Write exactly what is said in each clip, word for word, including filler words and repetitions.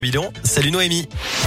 Millions. Salut Noémie.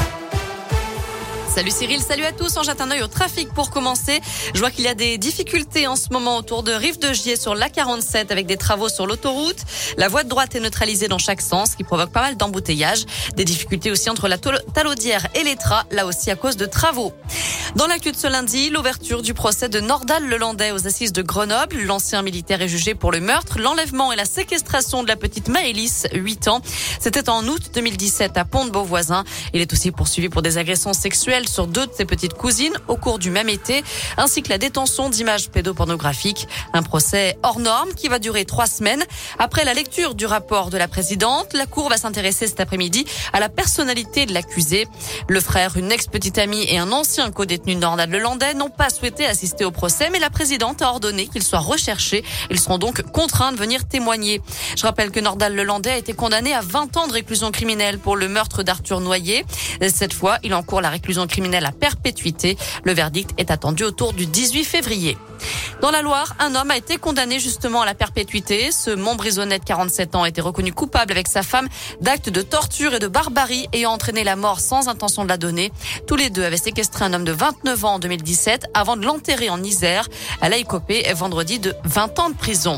Salut Cyril, salut à tous. On jette un œil au trafic pour commencer. Je vois qu'il y a des difficultés en ce moment autour de Rive-de-Gier sur l'A quarante-sept avec des travaux sur l'autoroute. La voie de droite est neutralisée dans chaque sens, ce qui provoque pas mal d'embouteillages. Des difficultés aussi entre la Talaudière et l'Étrat, là aussi à cause de travaux. Dans l'actu de ce lundi, l'ouverture du procès de Nordal Lelandais aux assises de Grenoble. L'ancien militaire est jugé pour le meurtre, l'enlèvement et la séquestration de la petite Maëlys, huit ans. C'était en août deux mille dix-sept à Pont-de-Beauvoisin. Il est aussi poursuivi pour des agressions sexuelles sur deux de ses petites cousines au cours du même été, ainsi que la détention d'images pédopornographiques. Un procès hors norme qui va durer trois semaines. Après la lecture du rapport de la présidente, la Cour va s'intéresser cet après-midi à la personnalité de l'accusé. Le frère, une ex-petite amie et un ancien co-détenu de Nordal Lelandais n'ont pas souhaité assister au procès, mais la présidente a ordonné qu'ils soient recherchés. Ils seront donc contraints de venir témoigner. Je rappelle que Nordal Lelandais a été condamné à vingt ans de réclusion criminelle pour le meurtre d'Arthur Noyer. Cette fois, il encourt la réclusion criminelle à perpétuité. Le verdict est attendu autour du dix-huit février. Dans la Loire, un homme a été condamné justement à la perpétuité. Ce Montbrisonnais de quarante-sept ans a été reconnu coupable avec sa femme d'actes de torture et de barbarie ayant entraîné la mort sans intention de la donner. Tous les deux avaient séquestré un homme de vingt-neuf ans en deux mille dix-sept avant de l'enterrer en Isère. Elle a écopé vendredi de vingt ans de prison.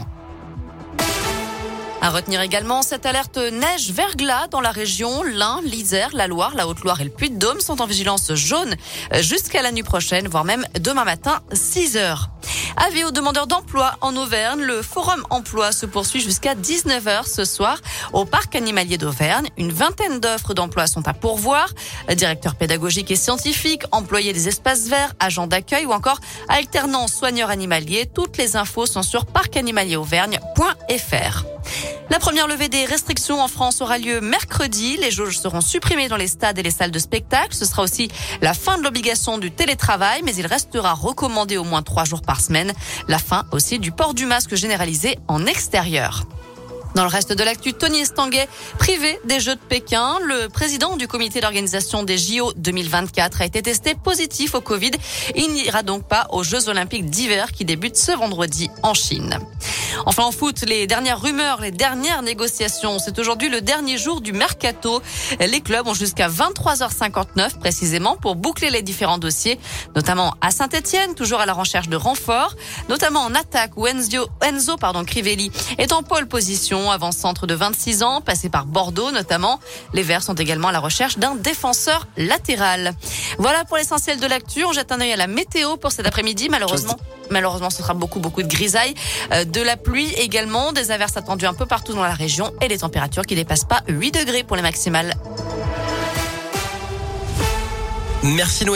À retenir également cette alerte neige-verglas dans la région. L'Ain, l'Isère, la Loire, la Haute-Loire et le Puy-de-Dôme sont en vigilance jaune jusqu'à la nuit prochaine, voire même demain matin, six heures. Avis aux demandeurs d'emploi en Auvergne. Le forum emploi se poursuit jusqu'à dix-neuf heures ce soir au parc animalier d'Auvergne. Une vingtaine d'offres d'emploi sont à pourvoir. Directeur pédagogique et scientifique, employés des espaces verts, agents d'accueil ou encore alternants soigneurs animaliers. Toutes les infos sont sur parc animalier auvergne point f r. La première levée des restrictions en France aura lieu mercredi. Les jauges seront supprimées dans les stades et les salles de spectacle. Ce sera aussi la fin de l'obligation du télétravail, mais il restera recommandé au moins trois jours par semaine. La fin aussi du port du masque généralisé en extérieur. Dans le reste de l'actu, Tony Estanguet, privé des Jeux de Pékin. Le président du comité d'organisation des J O deux mille vingt-quatre a été testé positif au Covid. Il n'ira donc pas aux Jeux olympiques d'hiver qui débutent ce vendredi en Chine. Enfin en foot, les dernières rumeurs, les dernières négociations. C'est aujourd'hui le dernier jour du mercato. Les clubs ont jusqu'à vingt-trois heures cinquante-neuf précisément pour boucler les différents dossiers, notamment à Saint-Etienne, toujours à la recherche de renforts, notamment en attaque où Enzo, Enzo pardon, Crivelli est en pole position, avant-centre de vingt-six ans, passé par Bordeaux notamment. Les Verts sont également à la recherche d'un défenseur latéral. Voilà pour l'essentiel de l'actu. On jette un œil à la météo pour cet après-midi. Malheureusement, malheureusement, ce sera beaucoup, beaucoup de grisailles, euh, de la pluie également, des averses attendues un peu partout dans la région et des températures qui dépassent pas huit degrés pour les maximales. Merci Noémie.